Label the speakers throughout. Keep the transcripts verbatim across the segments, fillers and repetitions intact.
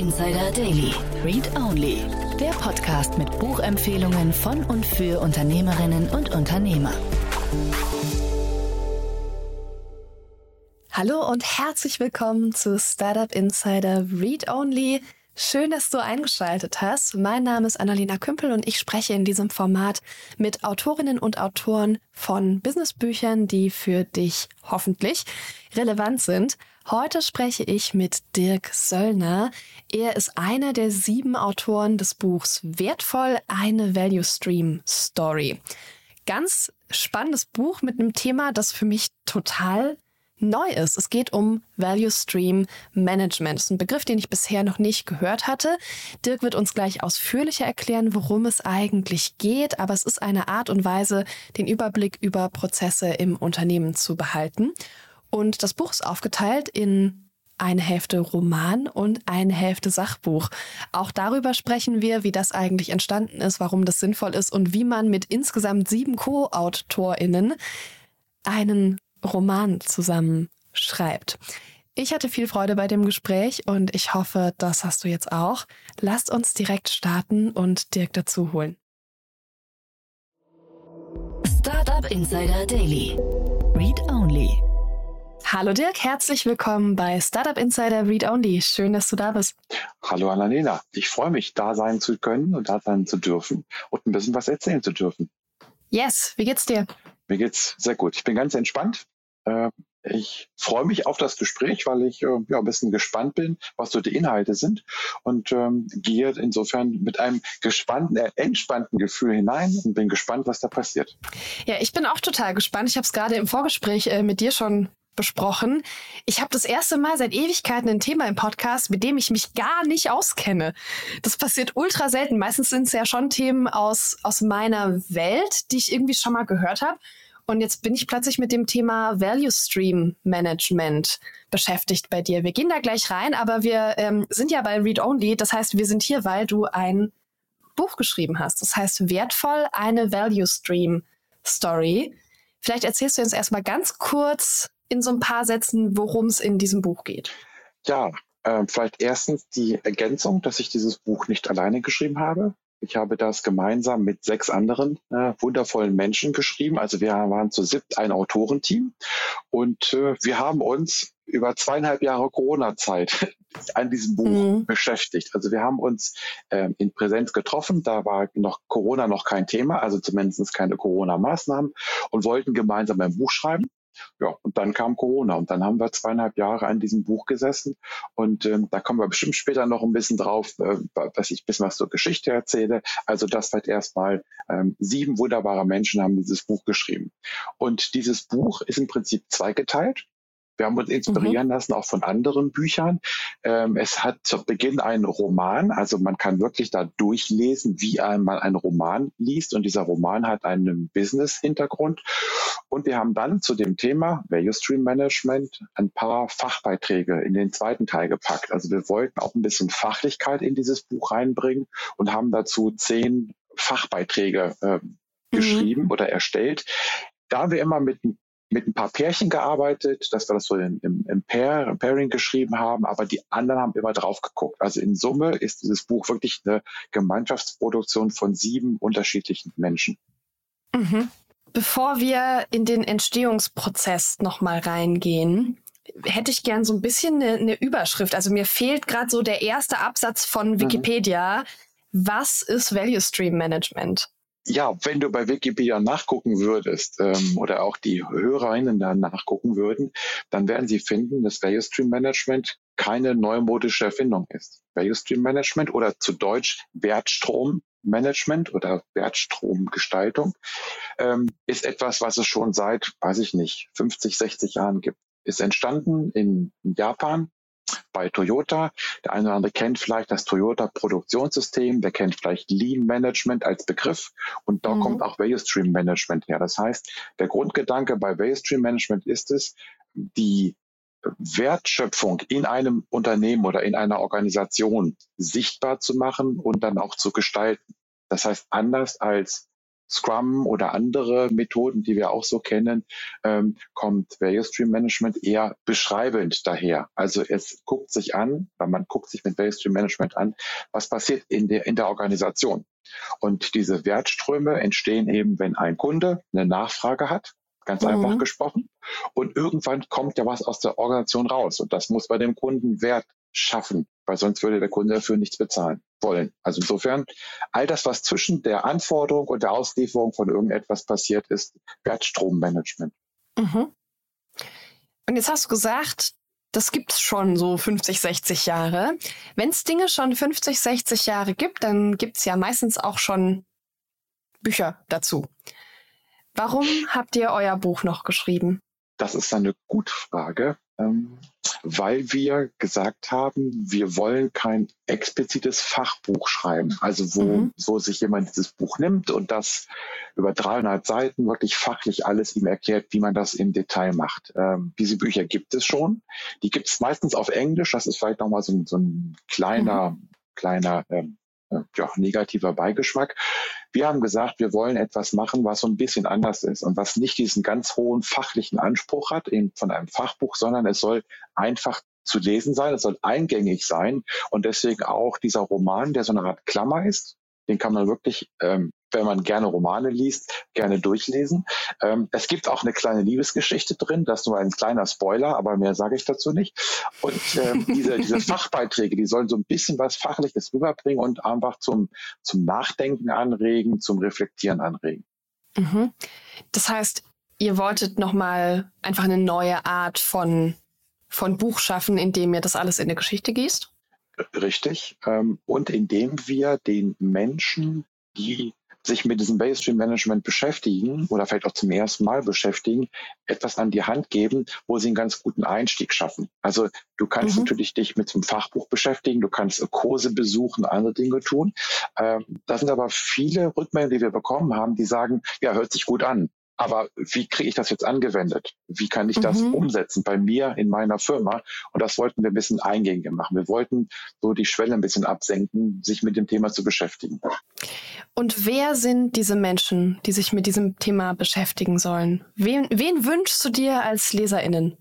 Speaker 1: Insider Daily. Read Only. Der Podcast mit Buchempfehlungen von und für Unternehmerinnen und Unternehmer.
Speaker 2: Hallo und herzlich willkommen zu Startup Insider Read Only. Schön, dass du eingeschaltet hast. Mein Name ist Annalena Kümpel und ich spreche in diesem Format mit Autorinnen und Autoren von Businessbüchern, die für dich hoffentlich relevant sind. Heute spreche ich mit Dirk Söllner. Er ist einer der sieben Autoren des Buchs Wertvoll, eine Value Stream Story. Ganz spannendes Buch mit einem Thema, das für mich total neu ist. Es geht um Value Stream Management. Das ist ein Begriff, den ich bisher noch nicht gehört hatte. Dirk wird uns gleich ausführlicher erklären, worum es eigentlich geht, aber es ist eine Art und Weise, den Überblick über Prozesse im Unternehmen zu behalten. Und das Buch ist aufgeteilt in eine Hälfte Roman und eine Hälfte Sachbuch. Auch darüber sprechen wir, wie das eigentlich entstanden ist, warum das sinnvoll ist und wie man mit insgesamt sieben Co-AutorInnen einen Roman zusammenschreibt. Ich hatte viel Freude bei dem Gespräch und ich hoffe, das hast du jetzt auch. Lasst uns direkt starten und Dirk dazu holen.
Speaker 1: Startup Insider Daily. Read Only.
Speaker 2: Hallo Dirk, herzlich willkommen bei Startup Insider Read Only. Schön, dass du da bist.
Speaker 3: Hallo Annalena, ich freue mich, da sein zu können und da sein zu dürfen und ein bisschen was erzählen zu dürfen.
Speaker 2: Yes, wie geht's dir?
Speaker 3: Mir geht's sehr gut. Ich bin ganz entspannt. Ich freue mich auf das Gespräch, weil ich ja, ein bisschen gespannt bin, was so die Inhalte sind und ähm, gehe insofern mit einem gespannten, äh, entspannten Gefühl hinein und bin gespannt, was da passiert.
Speaker 2: Ja, ich bin auch total gespannt. Ich habe es gerade im Vorgespräch äh, mit dir schon besprochen. Ich habe das erste Mal seit Ewigkeiten ein Thema im Podcast, mit dem ich mich gar nicht auskenne. Das passiert ultra selten. Meistens sind es ja schon Themen aus, aus meiner Welt, die ich irgendwie schon mal gehört habe. Und jetzt bin ich plötzlich mit dem Thema Value Stream Management beschäftigt bei dir. Wir gehen da gleich rein, aber wir ähm, sind ja bei Read Only. Das heißt, wir sind hier, weil du ein Buch geschrieben hast. Das heißt, Wertvoll, eine Value Stream Story. Vielleicht erzählst du uns erstmal ganz kurz in so ein paar Sätzen, worum es in diesem Buch geht.
Speaker 3: Ja, äh, vielleicht erstens die Ergänzung, dass ich dieses Buch nicht alleine geschrieben habe. Ich habe das gemeinsam mit sechs anderen äh, wundervollen Menschen geschrieben. Also wir waren zu siebt ein Autorenteam und äh, wir haben uns über zweieinhalb Jahre Corona-Zeit an diesem Buch mhm. beschäftigt. Also wir haben uns äh, in Präsenz getroffen. Da war noch Corona noch kein Thema, also zumindest keine Corona-Maßnahmen und wollten gemeinsam ein Buch schreiben. Ja, und dann kam Corona und dann haben wir zweieinhalb Jahre an diesem Buch gesessen und ähm, da kommen wir bestimmt später noch ein bisschen drauf, äh, dass ich ein bisschen was zur Geschichte erzähle. Also das wird erstmal ähm, sieben wunderbare Menschen haben dieses Buch geschrieben. Und dieses Buch ist im Prinzip zweigeteilt. Wir haben uns inspirieren mhm. lassen, auch von anderen Büchern. Ähm, es hat zu Beginn einen Roman, also man kann wirklich da durchlesen, wie man einen Roman liest. Und dieser Roman hat einen Business-Hintergrund. Und wir haben dann zu dem Thema Value Stream Management ein paar Fachbeiträge in den zweiten Teil gepackt. Also wir wollten auch ein bisschen Fachlichkeit in dieses Buch reinbringen und haben dazu zehn Fachbeiträge äh, mhm. geschrieben oder erstellt. Da haben wir immer mit mit ein paar Pärchen gearbeitet, dass wir das so im, im, im Pair, im Pairing geschrieben haben, aber die anderen haben immer drauf geguckt. Also in Summe ist dieses Buch wirklich eine Gemeinschaftsproduktion von sieben unterschiedlichen Menschen.
Speaker 2: Mhm. Bevor wir in den Entstehungsprozess nochmal reingehen, hätte ich gern so ein bisschen eine, eine Überschrift. Also mir fehlt gerade so der erste Absatz von Wikipedia. Mhm. Was ist Value Stream Management?
Speaker 3: Ja, wenn du bei Wikipedia nachgucken würdest ähm, oder auch die HörerInnen da nachgucken würden, dann werden sie finden, dass Value Stream Management keine neumodische Erfindung ist. Value Stream Management oder zu Deutsch Wertstrommanagement oder Wertstromgestaltung ähm, ist etwas, was es schon seit, weiß ich nicht, fünfzig, sechzig Jahren gibt. Ist entstanden in Japan bei Toyota. Der eine oder andere kennt vielleicht das Toyota-Produktionssystem, der kennt vielleicht Lean Management als Begriff und da mhm. kommt auch Value Stream Management her. Das heißt, der Grundgedanke bei Value Stream Management ist es, die Wertschöpfung in einem Unternehmen oder in einer Organisation sichtbar zu machen und dann auch zu gestalten. Das heißt, anders als Scrum oder andere Methoden, die wir auch so kennen, ähm, kommt Value Stream Management eher beschreibend daher. Also es guckt sich an, weil man guckt sich mit Value Stream Management an, was passiert in der, in der Organisation. Und diese Wertströme entstehen eben, wenn ein Kunde eine Nachfrage hat, ganz mhm. einfach gesprochen, und irgendwann kommt ja was aus der Organisation raus. Und das muss bei dem Kunden Wert schaffen, weil sonst würde der Kunde dafür nichts bezahlen wollen. Also insofern, all das, was zwischen der Anforderung und der Auslieferung von irgendetwas passiert, ist Wertstrommanagement.
Speaker 2: Mhm. Und jetzt hast du gesagt, das gibt es schon so fünfzig, sechzig Jahre. Wenn es Dinge schon fünfzig, sechzig Jahre gibt, dann gibt es ja meistens auch schon Bücher dazu. Warum habt ihr euer Buch noch geschrieben?
Speaker 3: Das ist eine gute Frage, ähm, weil wir gesagt haben, wir wollen kein explizites Fachbuch schreiben, also wo, mhm. wo sich jemand dieses Buch nimmt und das über dreihundert Seiten wirklich fachlich alles ihm erklärt, wie man das im Detail macht. Ähm, diese Bücher gibt es schon. Die gibt es meistens auf Englisch. Das ist vielleicht nochmal so, so ein kleiner, mhm. kleiner ähm, ja, negativer Beigeschmack. Wir haben gesagt, wir wollen etwas machen, was so ein bisschen anders ist und was nicht diesen ganz hohen fachlichen Anspruch hat eben von einem Fachbuch, sondern es soll einfach zu lesen sein, es soll eingängig sein und deswegen auch dieser Roman, der so eine Art Klammer ist, den kann man wirklich, ähm, wenn man gerne Romane liest, gerne durchlesen. Ähm, es gibt auch eine kleine Liebesgeschichte drin, das ist nur ein kleiner Spoiler, aber mehr sage ich dazu nicht. Und ähm, diese, diese Fachbeiträge, die sollen so ein bisschen was Fachliches rüberbringen und einfach zum, zum Nachdenken anregen, zum Reflektieren anregen.
Speaker 2: Mhm. Das heißt, ihr wolltet nochmal einfach eine neue Art von, von Buch schaffen, indem ihr das alles in eine Geschichte gießt?
Speaker 3: Richtig. Ähm, und indem wir den Menschen, die sich mit diesem Value Stream Management beschäftigen oder vielleicht auch zum ersten Mal beschäftigen, etwas an die Hand geben, wo sie einen ganz guten Einstieg schaffen. Also du kannst mhm. natürlich dich mit dem Fachbuch beschäftigen, du kannst Kurse besuchen, andere Dinge tun. Ähm, da sind aber viele Rückmeldungen, die wir bekommen haben, die sagen, ja, hört sich gut an. Aber wie kriege ich das jetzt angewendet? Wie kann ich das mhm. umsetzen bei mir in meiner Firma? Und das wollten wir ein bisschen eingängiger machen. Wir wollten so die Schwelle ein bisschen absenken, sich mit dem Thema zu beschäftigen.
Speaker 2: Und wer sind diese Menschen, die sich mit diesem Thema beschäftigen sollen? Wen, wen wünschst du dir als LeserInnen?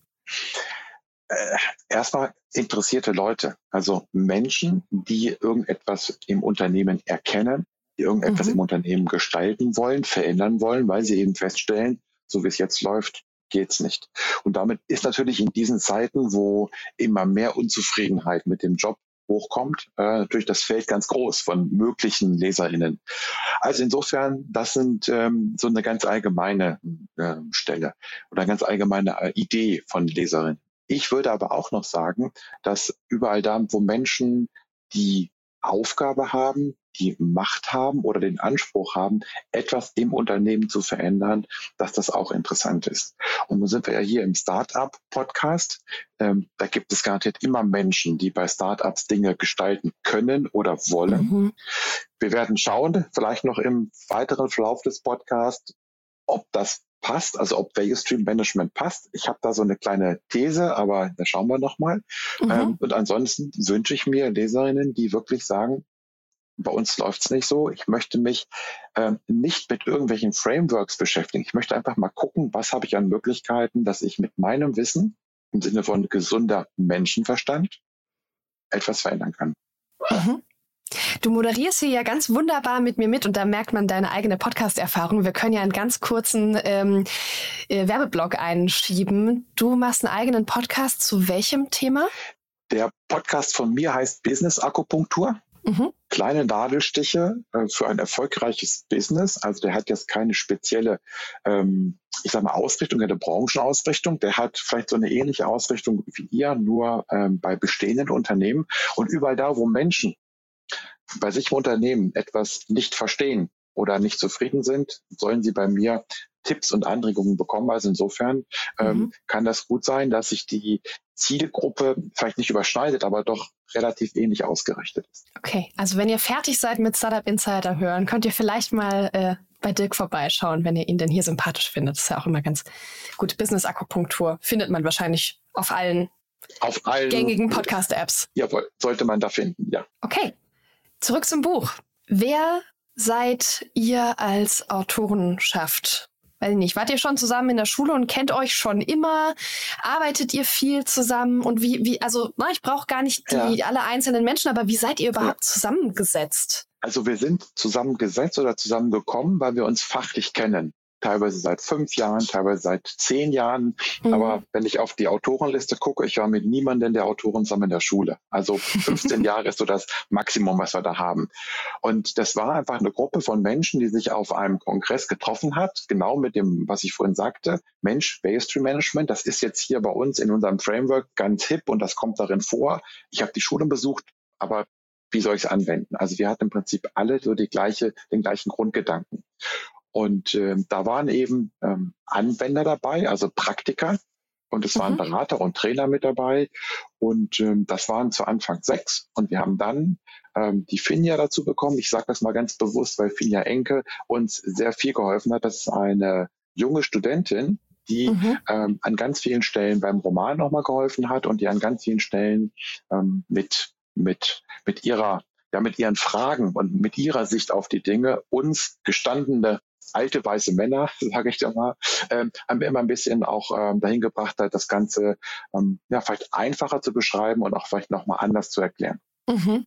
Speaker 3: Äh, erstmal interessierte Leute, also Menschen, die irgendetwas im Unternehmen erkennen, die irgendetwas mhm. im Unternehmen gestalten wollen, verändern wollen, weil sie eben feststellen, so wie es jetzt läuft, geht's nicht. Und damit ist natürlich in diesen Zeiten, wo immer mehr Unzufriedenheit mit dem Job hochkommt, äh, durch das Feld ganz groß von möglichen LeserInnen. Also insofern, das sind ähm, so eine ganz allgemeine äh, Stelle oder eine ganz allgemeine äh, Idee von LeserInnen. Ich würde aber auch noch sagen, dass überall da, wo Menschen die Aufgabe haben, die Macht haben oder den Anspruch haben, etwas im Unternehmen zu verändern, dass das auch interessant ist. Und nun sind wir ja hier im Startup-Podcast. Ähm, da gibt es garantiert immer Menschen, die bei Startups Dinge gestalten können oder wollen. Mhm. Wir werden schauen, vielleicht noch im weiteren Verlauf des Podcasts, ob das passt, also ob Value Stream Management passt. Ich habe da so eine kleine These, aber da schauen wir nochmal. Mhm. Ähm, und ansonsten wünsche ich mir Leserinnen, die wirklich sagen, bei uns läuft es nicht so. Ich möchte mich ähm, nicht mit irgendwelchen Frameworks beschäftigen. Ich möchte einfach mal gucken, was habe ich an Möglichkeiten, dass ich mit meinem Wissen im Sinne von gesunder Menschenverstand etwas verändern kann.
Speaker 2: Mhm. Du moderierst hier ja ganz wunderbar mit mir mit und da merkt man deine eigene Podcast-Erfahrung. Wir können ja einen ganz kurzen ähm, äh, Werbeblock einschieben. Du machst einen eigenen Podcast zu welchem Thema?
Speaker 3: Der Podcast von mir heißt Business Akupunktur. Mhm. Kleine Nadelstiche äh, für ein erfolgreiches Business. Also der hat jetzt keine spezielle, ähm, ich sag mal, Ausrichtung, eine Branchenausrichtung. Der hat vielleicht so eine ähnliche Ausrichtung wie ihr, nur ähm, bei bestehenden Unternehmen. Und überall da, wo Menschen bei sich im Unternehmen etwas nicht verstehen oder nicht zufrieden sind, sollen sie bei mir Tipps und Anregungen bekommen. Also insofern ähm, mhm. kann das gut sein, dass sich die Zielgruppe vielleicht nicht überschneidet, aber doch relativ ähnlich ausgerichtet ist.
Speaker 2: Okay, also wenn ihr fertig seid mit Startup Insider hören, könnt ihr vielleicht mal äh, bei Dirk vorbeischauen, wenn ihr ihn denn hier sympathisch findet. Das ist ja auch immer ganz gut. Business Akupunktur findet man wahrscheinlich auf allen,
Speaker 3: auf allen
Speaker 2: gängigen Podcast-Apps.
Speaker 3: Jawohl, sollte man da finden, ja.
Speaker 2: Okay, zurück zum Buch. Wer seid ihr als Autorenschaft? Weiß nicht, wart ihr schon zusammen in der Schule und kennt euch schon immer? Arbeitet ihr viel zusammen? Und wie, wie, also, na, ich brauche gar nicht die, ja. alle einzelnen Menschen, aber wie seid ihr überhaupt ja. zusammengesetzt?
Speaker 3: Also wir sind zusammengesetzt oder zusammengekommen, weil wir uns fachlich kennen. Teilweise seit fünf Jahren, teilweise seit zehn Jahren. Mhm. Aber wenn ich auf die Autorenliste gucke, ich war mit niemandem der Autoren zusammen in der Schule. Also fünfzehn Jahre ist so das Maximum, was wir da haben. Und das war einfach eine Gruppe von Menschen, die sich auf einem Kongress getroffen hat, genau mit dem, was ich vorhin sagte, Mensch, Value Management, das ist jetzt hier bei uns in unserem Framework ganz hip und das kommt darin vor. Ich habe die Schule besucht, aber wie soll ich es anwenden? Also wir hatten im Prinzip alle so die gleiche, den gleichen Grundgedanken. Und äh, da waren eben ähm, Anwender dabei, also Praktiker. Und es mhm. waren Berater und Trainer mit dabei. Und ähm, das waren zu Anfang sechs. Und wir haben dann ähm, die Finja dazu bekommen. Ich sage das mal ganz bewusst, weil Finja Enke uns sehr viel geholfen hat. Das ist eine junge Studentin, die mhm. ähm, an ganz vielen Stellen beim Roman nochmal geholfen hat und die an ganz vielen Stellen ähm, mit, mit, mit ihrer, ja, mit ihren Fragen und mit ihrer Sicht auf die Dinge uns gestandene alte weiße Männer, sage ich da mal, ähm, haben wir immer ein bisschen auch ähm, dahin gebracht, das Ganze ähm, ja, vielleicht einfacher zu beschreiben und auch vielleicht nochmal anders zu erklären.
Speaker 2: Mhm.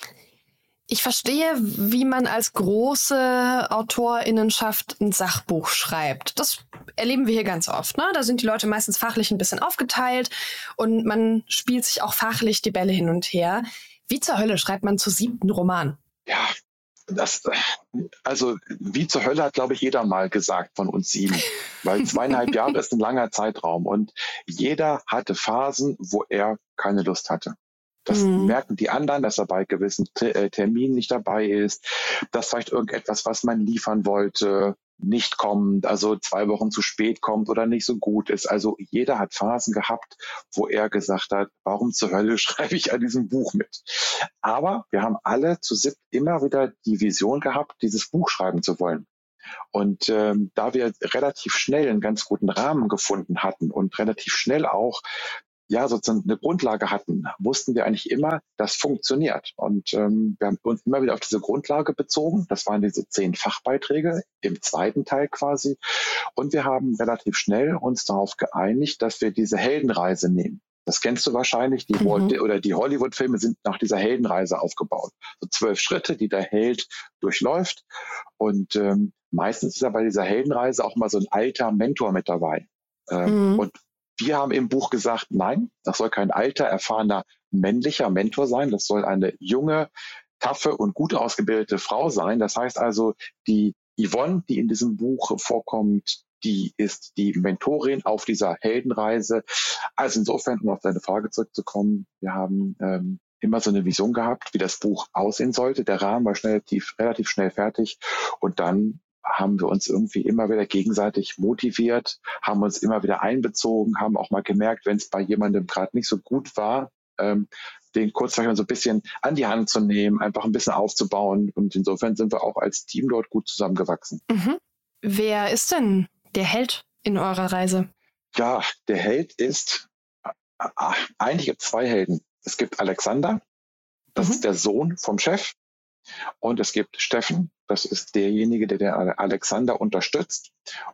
Speaker 2: Ich verstehe, wie man als große AutorInnenschaft ein Sachbuch schreibt. Das erleben wir hier ganz oft, ne? Da sind die Leute meistens fachlich ein bisschen aufgeteilt und man spielt sich auch fachlich die Bälle hin und her. Wie zur Hölle schreibt man zu siebten Roman?
Speaker 3: Ja, Das, also wie zur Hölle hat, glaube ich, jeder mal gesagt von uns sieben, weil zweieinhalb Jahre ist ein langer Zeitraum und jeder hatte Phasen, wo er keine Lust hatte. Das mhm. merken die anderen, dass er bei gewissen T- Terminen nicht dabei ist, dass vielleicht irgendetwas, was man liefern wollte, nicht kommt, also zwei Wochen zu spät kommt oder nicht so gut ist. Also jeder hat Phasen gehabt, wo er gesagt hat, warum zur Hölle schreibe ich an diesem Buch mit? Aber wir haben alle zu siebt immer wieder die Vision gehabt, dieses Buch schreiben zu wollen. Und ähm, da wir relativ schnell einen ganz guten Rahmen gefunden hatten und relativ schnell auch ja sozusagen eine Grundlage hatten, wussten wir eigentlich immer, das funktioniert. Und ähm, wir haben uns immer wieder auf diese Grundlage bezogen. Das waren diese zehn Fachbeiträge im zweiten Teil quasi. Und wir haben relativ schnell uns darauf geeinigt, dass wir diese Heldenreise nehmen. Das kennst du wahrscheinlich, die, mhm. oder die Hollywood-Filme sind nach dieser Heldenreise aufgebaut. So zwölf Schritte, die der Held durchläuft. Und ähm, meistens ist ja bei dieser Heldenreise auch mal so ein alter Mentor mit dabei. Ähm, mhm. Und wir haben im Buch gesagt, nein, das soll kein alter, erfahrener männlicher Mentor sein. Das soll eine junge, taffe und gut ausgebildete Frau sein. Das heißt also, die Yvonne, die in diesem Buch vorkommt, die ist die Mentorin auf dieser Heldenreise. Also insofern, um auf deine Frage zurückzukommen, wir haben ähm, immer so eine Vision gehabt, wie das Buch aussehen sollte. Der Rahmen war schnell, relativ, relativ schnell fertig und dann haben wir uns irgendwie immer wieder gegenseitig motiviert, haben uns immer wieder einbezogen, haben auch mal gemerkt, wenn es bei jemandem gerade nicht so gut war, ähm, den kurz vielleicht mal so ein bisschen an die Hand zu nehmen, einfach ein bisschen aufzubauen. Und insofern sind wir auch als Team dort gut zusammengewachsen.
Speaker 2: Mhm. Wer ist denn der Held in eurer Reise?
Speaker 3: Ja, der Held ist, äh, eigentlich gibt es zwei Helden. Es gibt Alexander, das mhm. ist der Sohn vom Chef. Und es gibt Steffen, das ist derjenige, der der Alexander unterstützt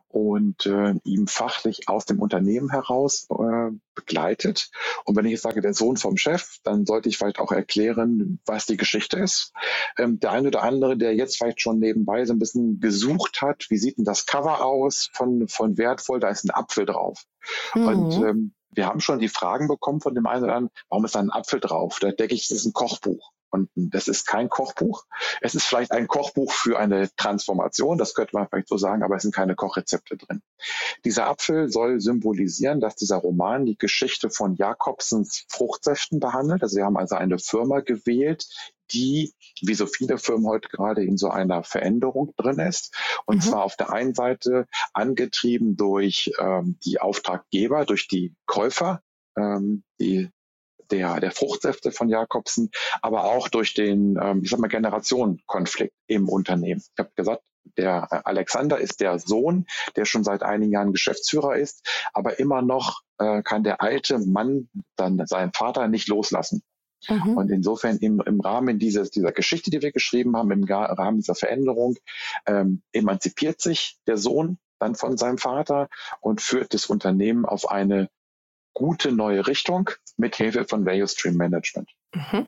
Speaker 3: und äh, ihm fachlich aus dem Unternehmen heraus äh, begleitet. Und wenn ich jetzt sage, der Sohn vom Chef, dann sollte ich vielleicht auch erklären, was die Geschichte ist. Ähm, der eine oder andere, der jetzt vielleicht schon nebenbei so ein bisschen gesucht hat, wie sieht denn das Cover aus von, von Wertvoll, da ist ein Apfel drauf. Mhm. Und ähm, wir haben schon die Fragen bekommen von dem einen oder anderen, warum ist da ein Apfel drauf? Da denke ich, das ist ein Kochbuch. Und das ist kein Kochbuch. Es ist vielleicht ein Kochbuch für eine Transformation, das könnte man vielleicht so sagen, aber es sind keine Kochrezepte drin. Dieser Apfel soll symbolisieren, dass dieser Roman die Geschichte von Jacobsens Fruchtsäften behandelt. Also wir haben also eine Firma gewählt, die, wie so viele Firmen heute gerade, in so einer Veränderung drin ist. Und mhm. zwar auf der einen Seite angetrieben durch ähm, die Auftraggeber, durch die Käufer, ähm, die Der, der Fruchtsäfte von Jacobsen, aber auch durch den, ähm, ich sag mal, Generationenkonflikt im Unternehmen. Ich habe gesagt, der Alexander ist der Sohn, der schon seit einigen Jahren Geschäftsführer ist, aber immer noch äh, kann der alte Mann dann seinen Vater nicht loslassen. Mhm. Und insofern im, im Rahmen dieses, dieser Geschichte, die wir geschrieben haben, im Rahmen dieser Veränderung, ähm, emanzipiert sich der Sohn dann von seinem Vater und führt das Unternehmen auf eine gute neue Richtung mit Hilfe von Value Stream Management.
Speaker 2: Mhm.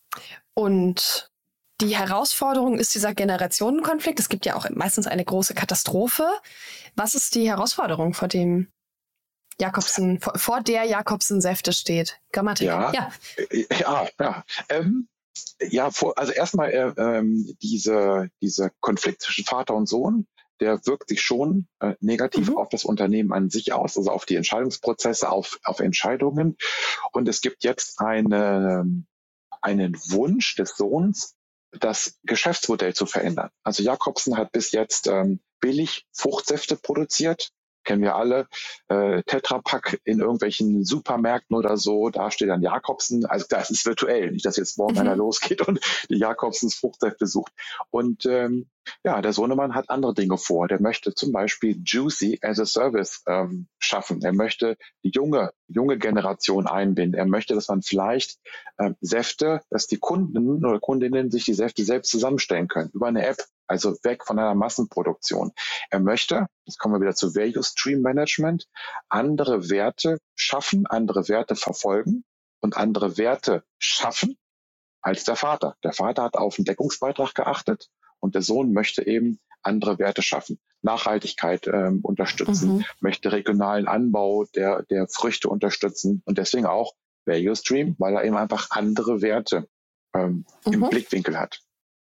Speaker 2: Und die Herausforderung ist dieser Generationenkonflikt. Es gibt ja auch meistens eine große Katastrophe. Was ist die Herausforderung, vor dem Jacobsen, vor, vor der Jacobsen Säfte steht? Grammatik.
Speaker 3: Ja, ja, ja. ja. Ähm, ja vor, also erstmal äh, ähm, diese, dieser Konflikt zwischen Vater und Sohn, der wirkt sich schon äh, negativ mhm. auf das Unternehmen an sich aus, also auf die Entscheidungsprozesse, auf, auf Entscheidungen. Und es gibt jetzt eine, einen Wunsch des Sohns, das Geschäftsmodell zu verändern. Also Jacobsen hat bis jetzt ähm, billig Fruchtsäfte produziert. Kennen wir alle, äh, Tetra Pak in irgendwelchen Supermärkten oder so, da steht dann Jacobsen, also das ist virtuell, nicht, dass jetzt morgen mhm. einer losgeht und die Jacobsens Fruchtsäfte sucht. Und ähm, ja, der Sohnemann hat andere Dinge vor. Der möchte zum Beispiel Juicy as a Service ähm, schaffen. Er möchte die junge, junge Generation einbinden. Er möchte, dass man vielleicht ähm, Säfte, dass die Kunden oder Kundinnen sich die Säfte selbst zusammenstellen können über eine App. Also weg von einer Massenproduktion. Er möchte, jetzt kommen wir wieder zu Value Stream Management, andere Werte schaffen, andere Werte verfolgen und andere Werte schaffen als der Vater. Der Vater hat auf den Deckungsbeitrag geachtet und der Sohn möchte eben andere Werte schaffen. Nachhaltigkeit ähm, unterstützen, mhm. möchte regionalen Anbau der, der Früchte unterstützen und deswegen auch Value Stream, weil er eben einfach andere Werte ähm, mhm. im Blickwinkel hat.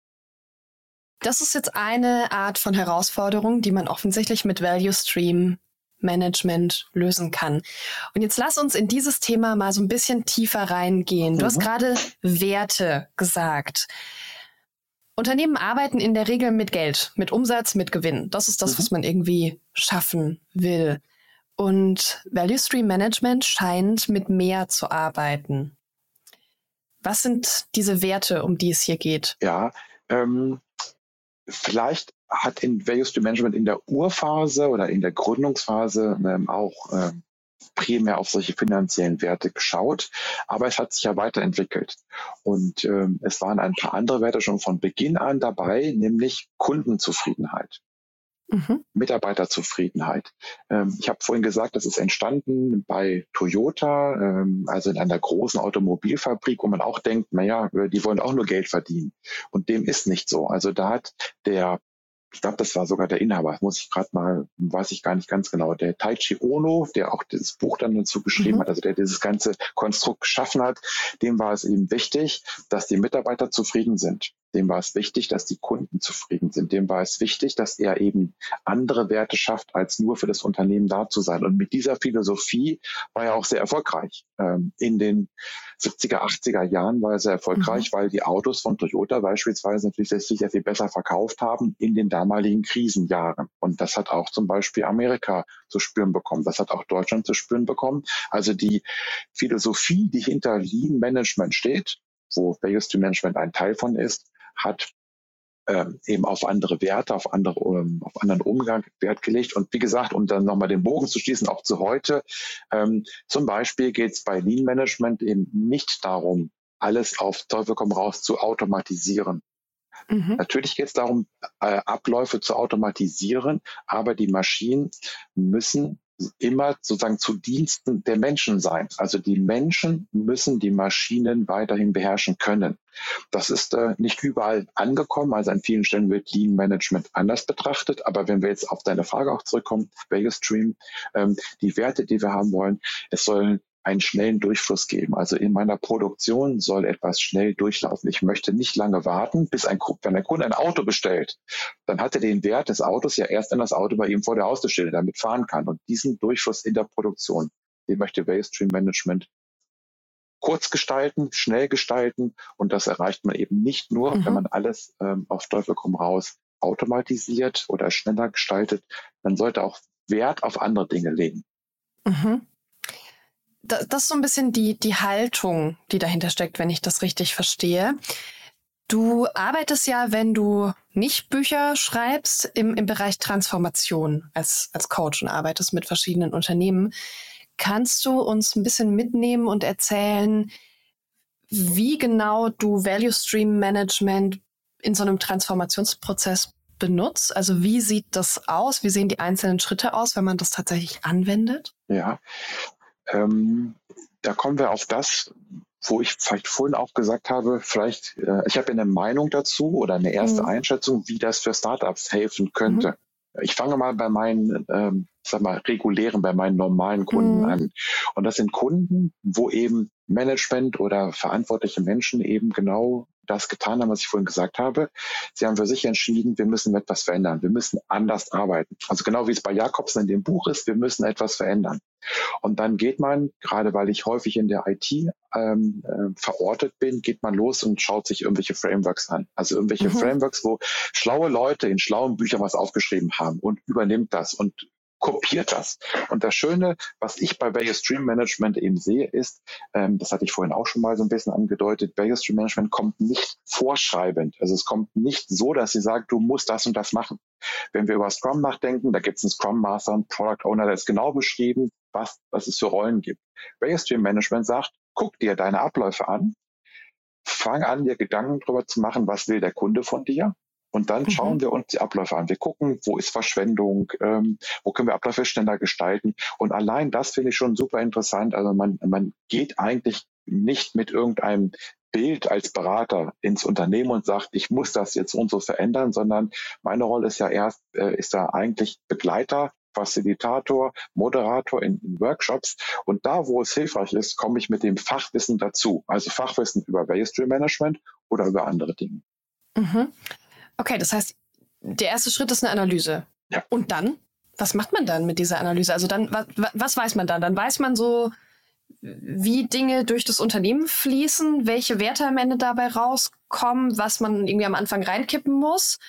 Speaker 2: Das ist jetzt eine Art von Herausforderung, die man offensichtlich mit Value Stream Management lösen kann. Und jetzt lass uns in dieses Thema mal so ein bisschen tiefer reingehen. Du mhm. hast gerade Werte gesagt. Unternehmen arbeiten in der Regel mit Geld, mit Umsatz, mit Gewinn. Das ist das, mhm. was man irgendwie schaffen will. Und Value Stream Management scheint mit mehr zu arbeiten. Was sind diese Werte, um die es hier geht?
Speaker 3: Ja, ähm, vielleicht hat in Value Stream Management in der Urphase oder in der Gründungsphase ähm, auch ähm, primär auf solche finanziellen Werte geschaut, aber es hat sich ja weiterentwickelt. Und ähm, es waren ein paar andere Werte schon von Beginn an dabei, nämlich Kundenzufriedenheit. Mhm. Mitarbeiterzufriedenheit. Ähm, ich habe vorhin gesagt, das ist entstanden bei Toyota, ähm, also in einer großen Automobilfabrik, wo man auch denkt, naja, die wollen auch nur Geld verdienen. Und dem ist nicht so. Also da hat der, ich glaube, das war sogar der Inhaber, muss ich gerade mal, weiß ich gar nicht ganz genau, der Taichi Ohno, der auch dieses Buch dann dazu geschrieben mhm. hat, also der dieses ganze Konstrukt geschaffen hat, dem war es eben wichtig, dass die Mitarbeiter zufrieden sind. Dem war es wichtig, dass die Kunden zufrieden sind. Dem war es wichtig, dass er eben andere Werte schafft, als nur für das Unternehmen da zu sein. Und mit dieser Philosophie war er auch sehr erfolgreich. Ähm, in den siebziger, achtziger Jahren war er sehr erfolgreich, mhm. weil die Autos von Toyota beispielsweise natürlich sehr, sehr viel besser verkauft haben in den damaligen Krisenjahren. Und das hat auch zum Beispiel Amerika zu spüren bekommen. Das hat auch Deutschland zu spüren bekommen. Also die Philosophie, die hinter Lean Management steht, wo Value Stream Management ein Teil von ist, hat ähm, eben auf andere Werte, auf andere, um, auf anderen Umgang Wert gelegt. Und wie gesagt, um dann nochmal den Bogen zu schließen, auch zu heute, ähm, zum Beispiel geht es bei Lean Management eben nicht darum, alles auf Teufel komm raus zu automatisieren. Mhm. Natürlich geht es darum, äh, Abläufe zu automatisieren, aber die Maschinen müssen immer sozusagen zu Diensten der Menschen sein. Also die Menschen müssen die Maschinen weiterhin beherrschen können. Das ist äh, nicht überall angekommen. Also an vielen Stellen wird Lean Management anders betrachtet. Aber wenn wir jetzt auf deine Frage auch zurückkommen, Value Stream, ähm, die Werte, die wir haben wollen, es soll einen schnellen Durchfluss geben. Also in meiner Produktion soll etwas schnell durchlaufen. Ich möchte nicht lange warten, bis ein, wenn ein Kunde ein Auto bestellt, dann hat er den Wert des Autos ja erst, wenn das Auto bei ihm vor der Haustür steht, damit fahren kann. Und diesen Durchfluss in der Produktion, den möchte Value Stream Management kurz gestalten, schnell gestalten. Und das erreicht man eben nicht nur, mhm. wenn man alles ähm, auf Teufel komm raus automatisiert oder schneller gestaltet. Man sollte auch Wert auf andere Dinge legen.
Speaker 2: Mhm. Das ist so ein bisschen die, die Haltung, die dahinter steckt, wenn ich das richtig verstehe. Du arbeitest ja, wenn du nicht Bücher schreibst, im, im Bereich Transformation als, als Coach und arbeitest mit verschiedenen Unternehmen. Kannst du uns ein bisschen mitnehmen und erzählen, wie genau du Value Stream Management in so einem Transformationsprozess benutzt. Also wie sieht das aus? Wie sehen die einzelnen Schritte aus, wenn man das tatsächlich anwendet?
Speaker 3: Ja, ähm, da kommen wir auf das, wo ich vielleicht vorhin auch gesagt habe, vielleicht, äh, ich habe eine Meinung dazu oder eine erste mhm. Einschätzung, wie das für Startups helfen könnte. Mhm. Ich fange mal bei meinen, ähm, sag mal, regulären, bei meinen normalen Kunden mhm. an. Und das sind Kunden, wo eben Management oder verantwortliche Menschen eben genau das getan haben, was ich vorhin gesagt habe. Sie haben für sich entschieden, wir müssen etwas verändern. Wir müssen anders arbeiten. Also genau wie es bei Jakobsen in dem Buch ist, wir müssen etwas verändern. Und dann geht man, gerade weil ich häufig in der I T ähm, äh, verortet bin, geht man los und schaut sich irgendwelche Frameworks an. Also irgendwelche mhm. Frameworks, wo schlaue Leute in schlauen Büchern was aufgeschrieben haben und übernimmt das und kopiert das. Und das Schöne, was ich bei Value Stream Management eben sehe, ist, ähm, das hatte ich vorhin auch schon mal so ein bisschen angedeutet, Value Stream Management kommt nicht vorschreibend. Also es kommt nicht so, dass sie sagt, du musst das und das machen. Wenn wir über Scrum nachdenken, da gibt es einen Scrum Master, einen Product Owner, der ist genau beschrieben, was, was es für Rollen gibt. Value Stream Management sagt, guck dir deine Abläufe an, fang an, dir Gedanken darüber zu machen, was will der Kunde von dir. Und dann mhm. schauen wir uns die Abläufe an. Wir gucken, wo ist Verschwendung, ähm, wo können wir Abläufe schneller gestalten. Und allein das finde ich schon super interessant. Also man, man geht eigentlich nicht mit irgendeinem Bild als Berater ins Unternehmen und sagt, ich muss das jetzt so und so verändern, sondern meine Rolle ist ja erst, äh, ist da eigentlich Begleiter, Facilitator, Moderator in, in Workshops. Und da, wo es hilfreich ist, komme ich mit dem Fachwissen dazu. Also Fachwissen über Value Stream Management oder über andere Dinge.
Speaker 2: Mhm. Okay, das heißt, der erste Schritt ist eine Analyse.
Speaker 3: Ja.
Speaker 2: Und dann? Was macht man dann mit dieser Analyse? Also dann, was, was weiß man dann? Dann weiß man so, wie Dinge durch das Unternehmen fließen, welche Werte am Ende dabei rauskommen, was man irgendwie am Anfang reinkippen muss.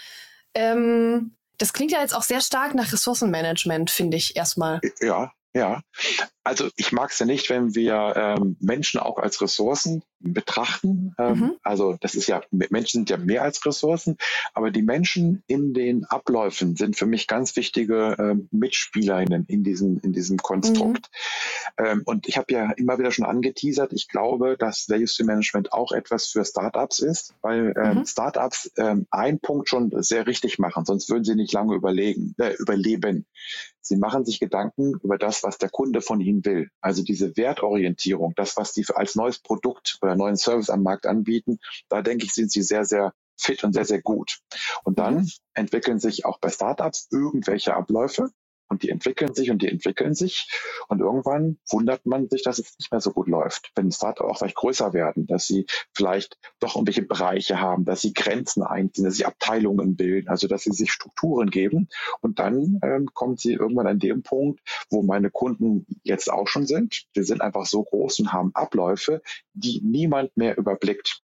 Speaker 2: Ähm, das klingt ja jetzt auch sehr stark nach Ressourcenmanagement, finde ich erstmal.
Speaker 3: Ja, ja. Also ich mag es ja nicht, wenn wir ähm, Menschen auch als Ressourcen betrachten. Ähm, mhm. Also das ist ja, Menschen sind ja mehr als Ressourcen, aber die Menschen in den Abläufen sind für mich ganz wichtige ähm, MitspielerInnen in diesem, in diesem Konstrukt. Mhm. Ähm, und ich habe ja immer wieder schon angeteasert, ich glaube, dass Value Stream Management auch etwas für Startups ist, weil ähm, mhm. Startups ähm, einen Punkt schon sehr richtig machen, sonst würden sie nicht lange überlegen, äh, überleben. Sie machen sich Gedanken über das, was der Kunde von ihnen will. Also diese Wertorientierung, das, was die als neues Produkt oder neuen Service am Markt anbieten, da denke ich, sind sie sehr, sehr fit und sehr, sehr gut. Und dann mhm. entwickeln sich auch bei Startups irgendwelche Abläufe und die entwickeln sich und die entwickeln sich und irgendwann wundert man sich, dass es nicht mehr so gut läuft. Wenn Startups auch vielleicht größer werden, dass sie vielleicht doch irgendwelche Bereiche haben, dass sie Grenzen einziehen, dass sie Abteilungen bilden, also dass sie sich Strukturen geben und dann ähm, kommt sie irgendwann an dem Punkt, wo meine Kunden jetzt auch schon sind. Wir sind einfach so groß und haben Abläufe, die niemand mehr überblickt.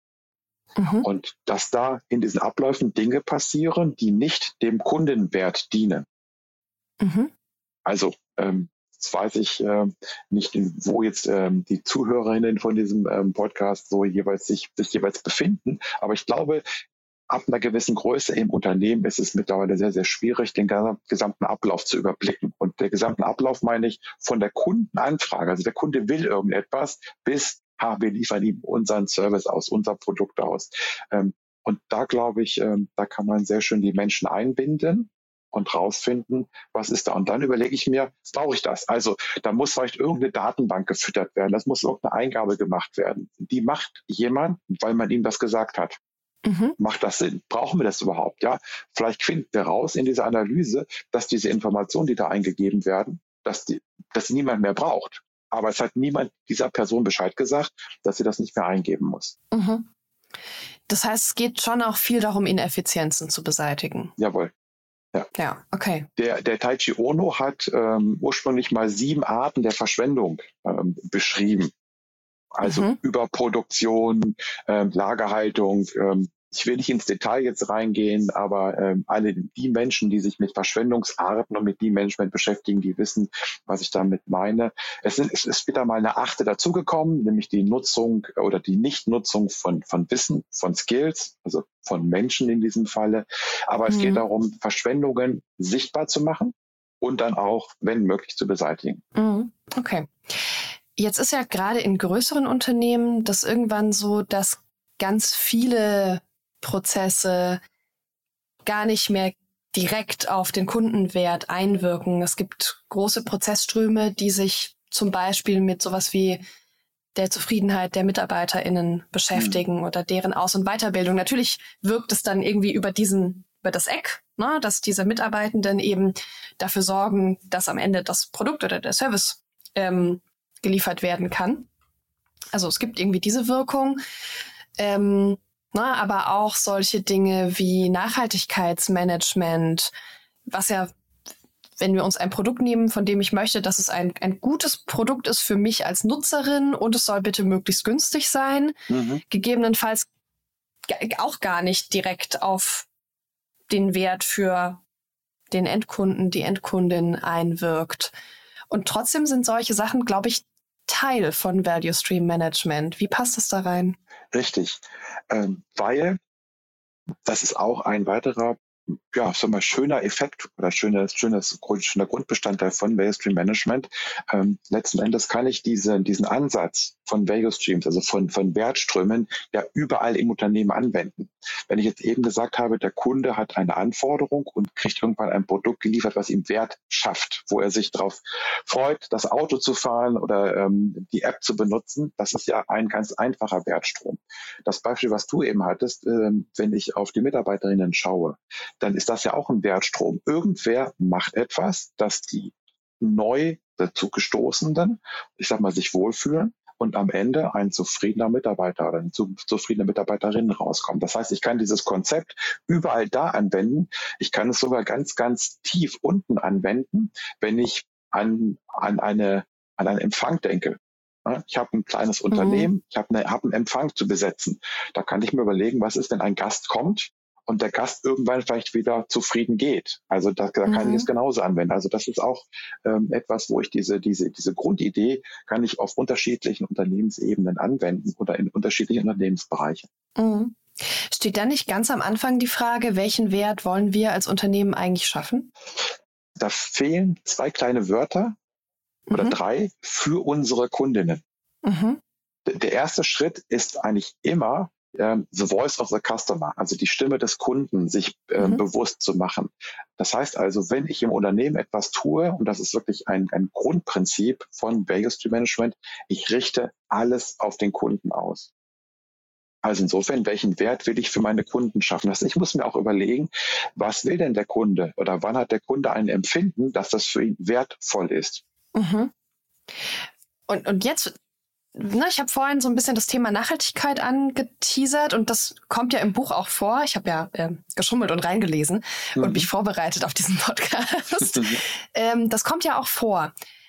Speaker 3: Mhm. Und dass da in diesen Abläufen Dinge passieren, die nicht dem Kundenwert dienen. Mhm. Also, ähm, jetzt weiß ich äh, nicht, wo jetzt ähm, die Zuhörerinnen von diesem ähm, Podcast so jeweils sich, sich jeweils befinden. Aber ich glaube, ab einer gewissen Größe im Unternehmen ist es mittlerweile sehr, sehr schwierig, den gesamten Ablauf zu überblicken. Und der gesamten Ablauf meine ich von der Kundenanfrage. Also der Kunde will irgendetwas bis, ha, wir liefern ihm unseren Service aus, unser Produkt aus. Ähm, und da glaube ich, ähm, da kann man sehr schön die Menschen einbinden und rausfinden, was ist da. Und dann überlege ich mir, brauche ich das? Also da muss vielleicht irgendeine Datenbank gefüttert werden, das muss irgendeine Eingabe gemacht werden. Die macht jemand, weil man ihm das gesagt hat. Mhm. Macht das Sinn? Brauchen wir das überhaupt? Ja, vielleicht finden wir raus in dieser Analyse, dass diese Informationen, die da eingegeben werden, dass die, dass sie niemand mehr braucht. Aber es hat niemand dieser Person Bescheid gesagt, dass sie das nicht mehr eingeben muss.
Speaker 2: Mhm. Das heißt, es geht schon auch viel darum, Ineffizienzen zu beseitigen.
Speaker 3: Jawohl. Ja.
Speaker 2: ja, okay.
Speaker 3: Der, der Taiichi Ohno hat ähm, ursprünglich mal sieben Arten der Verschwendung ähm, beschrieben. Also mhm. Überproduktion, ähm, Lagerhaltung. Ähm, ich will nicht ins Detail jetzt reingehen, aber ähm, alle die Menschen, die sich mit Verschwendungsarten und mit Demanagement beschäftigen, die wissen, was ich damit meine. Es, sind, es ist wieder mal eine achte dazugekommen, nämlich die Nutzung oder die Nichtnutzung von, von Wissen, von Skills, also von Menschen in diesem Falle. Aber mhm. es geht darum, Verschwendungen sichtbar zu machen und dann auch, wenn möglich, zu beseitigen.
Speaker 2: Mhm. Okay. Jetzt ist ja gerade in größeren Unternehmen das irgendwann so, dass ganz viele Prozesse gar nicht mehr direkt auf den Kundenwert einwirken. Es gibt große Prozessströme, die sich zum Beispiel mit sowas wie der Zufriedenheit der MitarbeiterInnen beschäftigen mhm. oder deren Aus- und Weiterbildung. Natürlich wirkt es dann irgendwie über diesen, über das Eck, ne, dass diese Mitarbeitenden eben dafür sorgen, dass am Ende das Produkt oder der Service ähm, geliefert werden kann. Also es gibt irgendwie diese Wirkung. Ähm, na, aber auch solche Dinge wie Nachhaltigkeitsmanagement, was ja, wenn wir uns ein Produkt nehmen, von dem ich möchte, dass es ein, ein gutes Produkt ist für mich als Nutzerin und es soll bitte möglichst günstig sein, mhm. gegebenenfalls g- auch gar nicht direkt auf den Wert für den Endkunden, die Endkundin einwirkt. Und trotzdem sind solche Sachen, glaube ich, Teil von Value Stream Management. Wie passt das da rein?
Speaker 3: Richtig, ähm, weil das ist auch ein weiterer, ja, sagen wir, schöner Effekt oder schönes, schönes, schöner Grundbestandteil von Value Stream Management. Ähm, letzten Endes kann ich diese, diesen Ansatz von Value Streams, also von, von Wertströmen, ja überall im Unternehmen anwenden. Wenn ich jetzt eben gesagt habe, der Kunde hat eine Anforderung und kriegt irgendwann ein Produkt geliefert, was ihm Wert schafft, wo er sich darauf freut, das Auto zu fahren oder ähm, die App zu benutzen, das ist ja ein ganz einfacher Wertstrom. Das Beispiel, was du eben hattest, ähm, wenn ich auf die Mitarbeiterinnen schaue, dann ist das ja auch ein Wertstrom. Irgendwer macht etwas, dass die neu dazugestoßenen, ich sag mal, sich wohlfühlen und am Ende ein zufriedener Mitarbeiter oder eine zufriedene Mitarbeiterin rauskommt. Das heißt, ich kann dieses Konzept überall da anwenden. Ich kann es sogar ganz, ganz tief unten anwenden, wenn ich an, an, eine, an einen Empfang denke. Ich habe ein kleines mhm. Unternehmen, ich habe eine, hab einen Empfang zu besetzen. Da kann ich mir überlegen, was ist, wenn ein Gast kommt und der Gast irgendwann vielleicht wieder zufrieden geht. Also da, da kann mhm. ich es genauso anwenden. Also das ist auch ähm, etwas, wo ich diese, diese, diese Grundidee kann ich auf unterschiedlichen Unternehmensebenen anwenden oder in unterschiedlichen Unternehmensbereichen.
Speaker 2: Mhm. Steht da nicht ganz am Anfang die Frage, welchen Wert wollen wir als Unternehmen eigentlich schaffen?
Speaker 3: Da fehlen zwei kleine Wörter mhm. oder drei für unsere Kundinnen. Mhm. Der erste Schritt ist eigentlich immer, the voice of the customer, also die Stimme des Kunden, sich äh, mhm. bewusst zu machen. Das heißt also, wenn ich im Unternehmen etwas tue, und das ist wirklich ein, ein Grundprinzip von Value Stream Management, ich richte alles auf den Kunden aus. Also insofern, welchen Wert will ich für meine Kunden schaffen? Also ich muss mir auch überlegen, was will denn der Kunde oder wann hat der Kunde ein Empfinden, dass das für ihn wertvoll ist.
Speaker 2: Mhm. Und, und jetzt... Na, ich habe vorhin so ein bisschen das Thema Nachhaltigkeit angeteasert und das kommt ja im Buch auch vor. Ich habe ja äh, geschummelt und reingelesen mhm. und mich vorbereitet auf diesen Podcast. ähm, das kommt ja auch vor.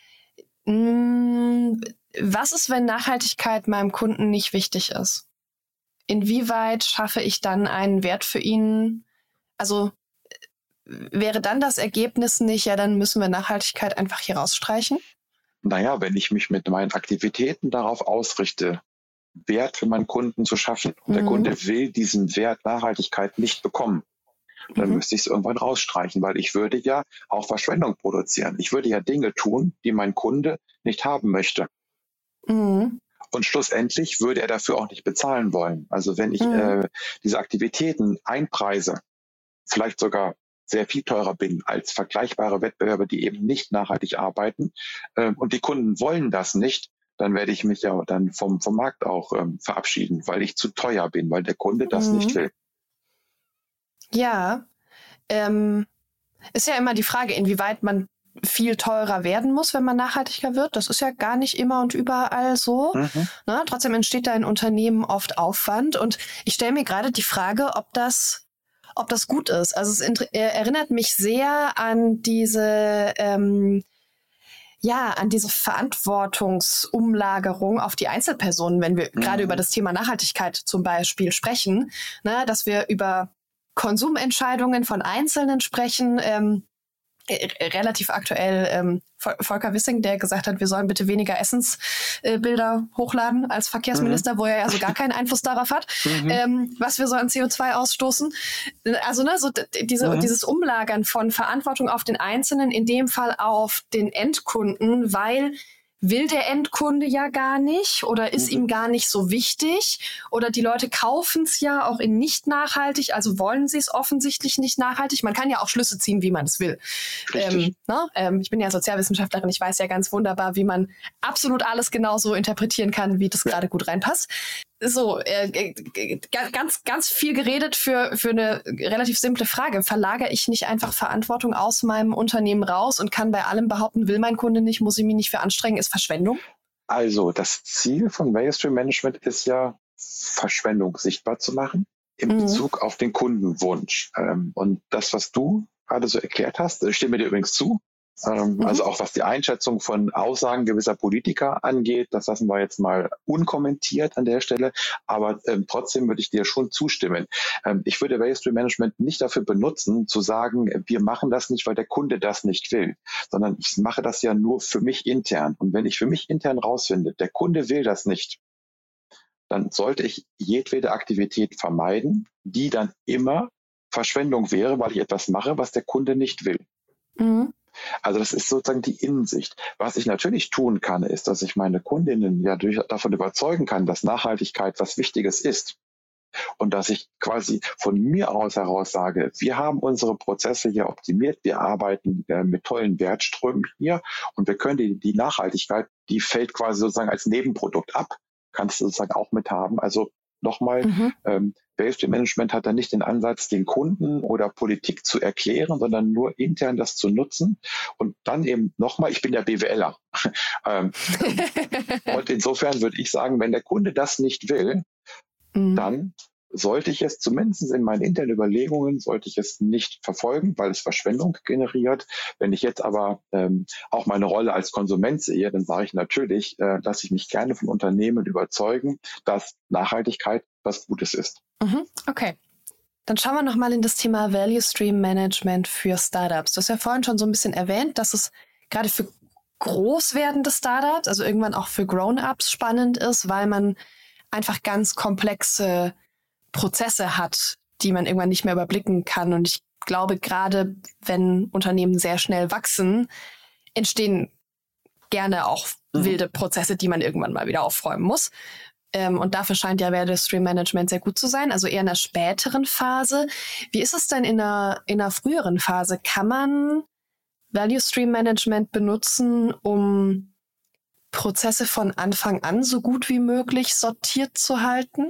Speaker 2: Hm, was ist, wenn Nachhaltigkeit meinem Kunden nicht wichtig ist? Inwieweit schaffe ich dann einen Wert für ihn? Also wäre dann das Ergebnis nicht, ja, dann müssen wir Nachhaltigkeit einfach hier rausstreichen?
Speaker 3: Naja, wenn ich mich mit meinen Aktivitäten darauf ausrichte, Wert für meinen Kunden zu schaffen und mhm. der Kunde will diesen Wert Nachhaltigkeit nicht bekommen, dann mhm. müsste ich es irgendwann rausstreichen, weil ich würde ja auch Verschwendung produzieren. Ich würde ja Dinge tun, die mein Kunde nicht haben möchte. Mhm. Und schlussendlich würde er dafür auch nicht bezahlen wollen. Also wenn ich mhm. äh, diese Aktivitäten einpreise, vielleicht sogar sehr viel teurer bin als vergleichbare Wettbewerber, die eben nicht nachhaltig arbeiten ähm, und die Kunden wollen das nicht, dann werde ich mich ja dann vom, vom Markt auch ähm, verabschieden, weil ich zu teuer bin, weil der Kunde das mhm. nicht will.
Speaker 2: Ja, ähm, ist ja immer die Frage, inwieweit man viel teurer werden muss, wenn man nachhaltiger wird. Das ist ja gar nicht immer und überall so. Mhm. Na, trotzdem entsteht da in Unternehmen oft Aufwand und ich stelle mir gerade die Frage, ob das ob das gut ist. Also es inter- erinnert mich sehr an diese, ähm, ja, an diese Verantwortungsumlagerung auf die Einzelpersonen, wenn wir mhm. gerade über das Thema Nachhaltigkeit zum Beispiel sprechen, ne, dass wir über Konsumentscheidungen von Einzelnen sprechen, ähm, relativ aktuell ähm, Volker Wissing, der gesagt hat, wir sollen bitte weniger Essensbilder äh, hochladen als Verkehrsminister, mhm. wo er ja so gar keinen Einfluss darauf hat, mhm. ähm, was wir so an C O zwei ausstoßen. Also ne, so d- diese, mhm. dieses Umlagern von Verantwortung auf den Einzelnen, in dem Fall auf den Endkunden, weil will der Endkunde ja gar nicht oder ist mhm. ihm gar nicht so wichtig oder die Leute kaufen es ja auch in nicht nachhaltig, also wollen sie es offensichtlich nicht nachhaltig. Man kann ja auch Schlüsse ziehen, wie man es will. Ähm, ne? ähm, ich bin ja Sozialwissenschaftlerin, ich weiß ja ganz wunderbar, wie man absolut alles genauso interpretieren kann, wie das ja. gerade gut reinpasst. So, äh, ganz, ganz viel geredet für, für eine relativ simple Frage. Verlagere ich nicht einfach Verantwortung aus meinem Unternehmen raus und kann bei allem behaupten, will mein Kunde nicht, muss ich mich nicht für anstrengen, ist Verschwendung?
Speaker 3: Also, das Ziel von Value Stream Management ist ja, Verschwendung sichtbar zu machen in mhm. Bezug auf den Kundenwunsch. Ähm, und das, was du gerade so erklärt hast, ich stimme dir übrigens zu. Ähm, mhm. Also auch was die Einschätzung von Aussagen gewisser Politiker angeht, das lassen wir jetzt mal unkommentiert an der Stelle, aber ähm, trotzdem würde ich dir schon zustimmen. Ähm, ich würde Value Stream Management nicht dafür benutzen, zu sagen, wir machen das nicht, weil der Kunde das nicht will, sondern ich mache das ja nur für mich intern. Und wenn ich für mich intern rausfinde, der Kunde will das nicht, dann sollte ich jedwede Aktivität vermeiden, die dann immer Verschwendung wäre, weil ich etwas mache, was der Kunde nicht will. Mhm. Also das ist sozusagen die Innensicht. Was ich natürlich tun kann, ist, dass ich meine Kundinnen ja durch, davon überzeugen kann, dass Nachhaltigkeit was Wichtiges ist. Und dass ich quasi von mir aus heraus sage, wir haben unsere Prozesse hier optimiert, wir arbeiten äh, mit tollen Wertströmen hier und wir können die, die Nachhaltigkeit, die fällt quasi sozusagen als Nebenprodukt ab, kannst du sozusagen auch mit haben. Also nochmal, mhm. ähm, Value Stream Management hat dann nicht den Ansatz, den Kunden oder Politik zu erklären, sondern nur intern das zu nutzen. Und dann eben nochmal, ich bin ja BWLer. ähm, und insofern würde ich sagen, wenn der Kunde das nicht will, mhm. dann sollte ich es zumindest in meinen internen Überlegungen, sollte ich es nicht verfolgen, weil es Verschwendung generiert. Wenn ich jetzt aber ähm, auch meine Rolle als Konsument sehe, dann sage ich natürlich, äh, dass ich mich gerne von Unternehmen überzeugen, dass Nachhaltigkeit was Gutes ist.
Speaker 2: Mhm, okay. Dann schauen wir nochmal in das Thema Value Stream Management für Startups. Du hast ja vorhin schon so ein bisschen erwähnt, dass es gerade für groß werdende Startups, also irgendwann auch für Grown-ups spannend ist, weil man einfach ganz komplexe Prozesse hat, die man irgendwann nicht mehr überblicken kann. Und ich glaube, gerade wenn Unternehmen sehr schnell wachsen, entstehen gerne auch mhm. wilde Prozesse, die man irgendwann mal wieder aufräumen muss. Ähm, und dafür scheint ja Value Stream Management sehr gut zu sein, also eher in der späteren Phase. Wie ist es denn in einer, in einer früheren Phase? Kann man Value Stream Management benutzen, um Prozesse von Anfang an so gut wie möglich sortiert zu halten?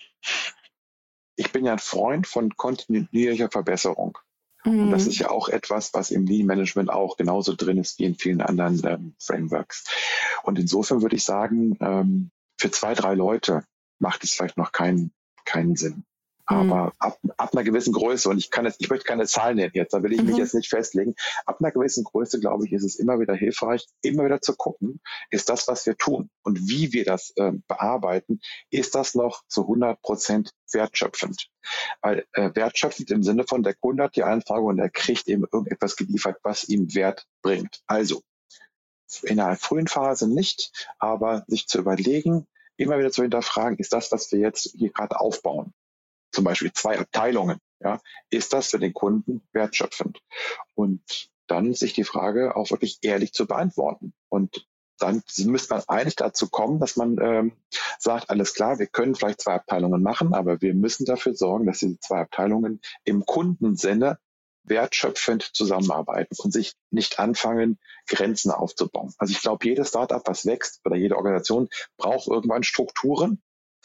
Speaker 3: Ich bin ja ein Freund von kontinuierlicher Verbesserung. Mhm. Und das ist ja auch etwas, was im Lean Management auch genauso drin ist wie in vielen anderen ähm, Frameworks. Und insofern würde ich sagen, ähm, für zwei, drei Leute macht es vielleicht noch keinen, keinen Sinn. Aber ab, ab einer gewissen Größe, und ich kann jetzt, ich möchte keine Zahlen nennen jetzt, da will ich mich mhm. jetzt nicht festlegen. Ab einer gewissen Größe, glaube ich, ist es immer wieder hilfreich, immer wieder zu gucken, ist das, was wir tun und wie wir das äh, bearbeiten, ist das noch zu hundert Prozent wertschöpfend? Weil äh, wertschöpfend im Sinne von, der Kunde hat die Anfrage und er kriegt eben irgendetwas geliefert, was ihm Wert bringt. Also in einer frühen Phase nicht, aber sich zu überlegen, immer wieder zu hinterfragen, ist das, was wir jetzt hier gerade aufbauen, zum Beispiel zwei Abteilungen, ja, ist das für den Kunden wertschöpfend? Und dann sich die Frage auch wirklich ehrlich zu beantworten. Und dann müsste man eigentlich dazu kommen, dass man ähm, sagt, alles klar, wir können vielleicht zwei Abteilungen machen, aber wir müssen dafür sorgen, dass diese zwei Abteilungen im Kundensinne wertschöpfend zusammenarbeiten und sich nicht anfangen, Grenzen aufzubauen. Also ich glaube, jedes Startup, was wächst oder jede Organisation braucht irgendwann Strukturen.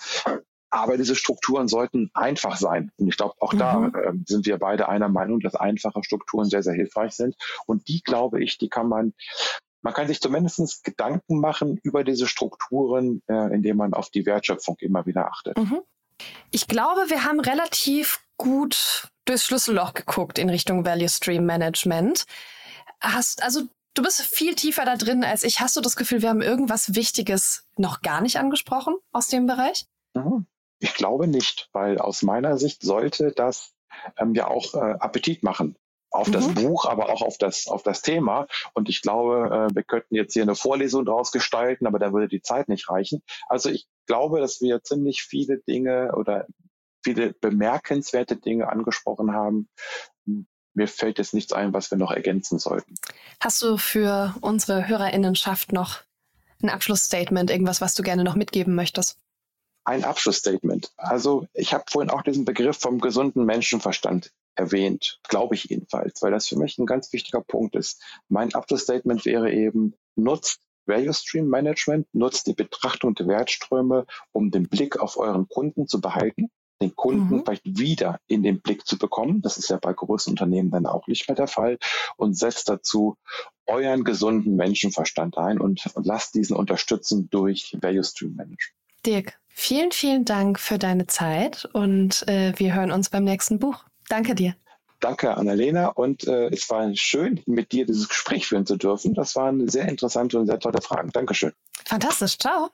Speaker 3: Aber diese Strukturen sollten einfach sein. Und ich glaube, auch mhm. da äh, sind wir beide einer Meinung, dass einfache Strukturen sehr, sehr hilfreich sind. Und die, glaube ich, die kann man, man kann sich zumindest Gedanken machen über diese Strukturen, äh, indem man auf die Wertschöpfung immer wieder achtet.
Speaker 2: Mhm. Ich glaube, wir haben relativ gut durchs Schlüsselloch geguckt in Richtung Value Stream Management. Hast, also du bist viel tiefer da drin als ich. Hast du das Gefühl, wir haben irgendwas Wichtiges noch gar nicht angesprochen aus dem Bereich?
Speaker 3: Mhm. Ich glaube nicht, weil aus meiner Sicht sollte das ähm, ja auch äh, Appetit machen auf mhm. das Buch, aber auch auf das auf das Thema. Und ich glaube, äh, wir könnten jetzt hier eine Vorlesung draus gestalten, aber da würde die Zeit nicht reichen. Also ich glaube, dass wir ziemlich viele Dinge oder viele bemerkenswerte Dinge angesprochen haben. Mir fällt jetzt nichts ein, was wir noch ergänzen sollten.
Speaker 2: Hast du für unsere HörerInnenschaft noch ein Abschlussstatement, irgendwas, was du gerne noch mitgeben möchtest?
Speaker 3: Ein Abschlussstatement. Also ich habe vorhin auch diesen Begriff vom gesunden Menschenverstand erwähnt, glaube ich jedenfalls, weil das für mich ein ganz wichtiger Punkt ist. Mein Abschlussstatement wäre eben, nutzt Value Stream Management, nutzt die Betrachtung der Wertströme, um den Blick auf euren Kunden zu behalten, den Kunden mhm. vielleicht wieder in den Blick zu bekommen. Das ist ja bei großen Unternehmen dann auch nicht mehr der Fall. Und setzt dazu euren gesunden Menschenverstand ein und, und lasst diesen unterstützen durch Value Stream Management.
Speaker 2: Dirk, vielen, vielen Dank für deine Zeit und äh, wir hören uns beim nächsten Buch. Danke dir.
Speaker 3: Danke, Annalena. Und äh, es war schön, mit dir dieses Gespräch führen zu dürfen. Das waren sehr interessante und sehr tolle Fragen. Dankeschön.
Speaker 2: Fantastisch. Ciao.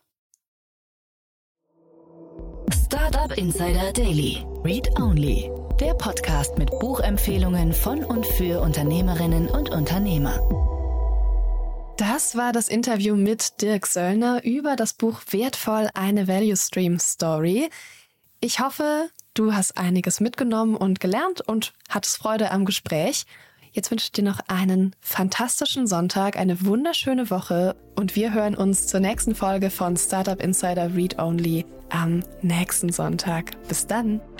Speaker 1: Startup Insider Daily. Read Only. Der Podcast mit Buchempfehlungen von und für Unternehmerinnen und Unternehmer.
Speaker 2: Das war das Interview mit Dirk Söllner über das Buch Wertvoll, eine Value Stream Story. Ich hoffe, du hast einiges mitgenommen und gelernt und hattest Freude am Gespräch. Jetzt wünsche ich dir noch einen fantastischen Sonntag, eine wunderschöne Woche und wir hören uns zur nächsten Folge von Startup Insider Read Only am nächsten Sonntag. Bis dann!